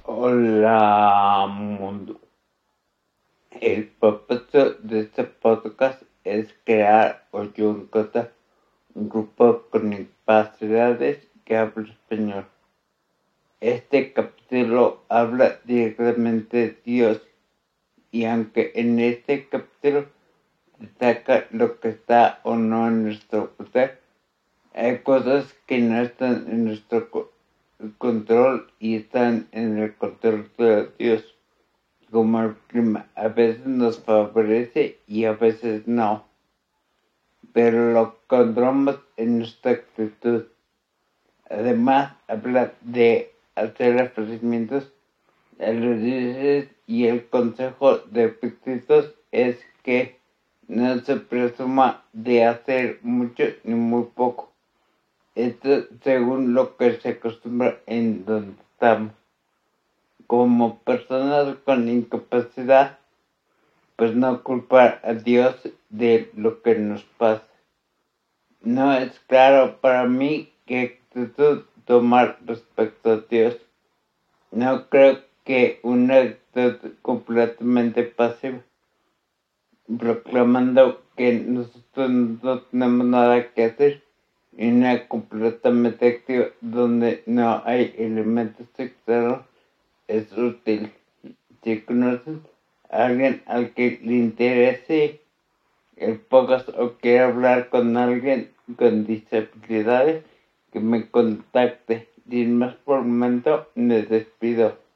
Hola mundo. El propósito de este podcast es crear o yo encontrar un grupo con capacidades que habla español. Este capítulo habla directamente de Dios y aunque en este capítulo destaca lo que está o no en nuestro poder, hay cosas que no están en nuestro control y están en el control de Dios. Como el clima, a veces nos favorece y a veces no, pero lo encontramos en nuestra actitud. Además, habla de hacer ofrecimientos a los dioses y el consejo de Epictetus es que no se presuma de hacer mucho ni muy poco. Esto según lo que se acostumbra en donde estamos. Como personas con incapacidad, pues no culpar a Dios de lo que nos pasa. No es claro para mí qué actitud tomar respecto a Dios. No creo que una actitud completamente pasiva, proclamando que nosotros no tenemos nada que hacer, y una completamente activa donde no hay elementos externos es útil. Si conocen a alguien al que le interese el podcast o quiere hablar con alguien con discapacidades, que me contacte. Sin más por el momento, me despido.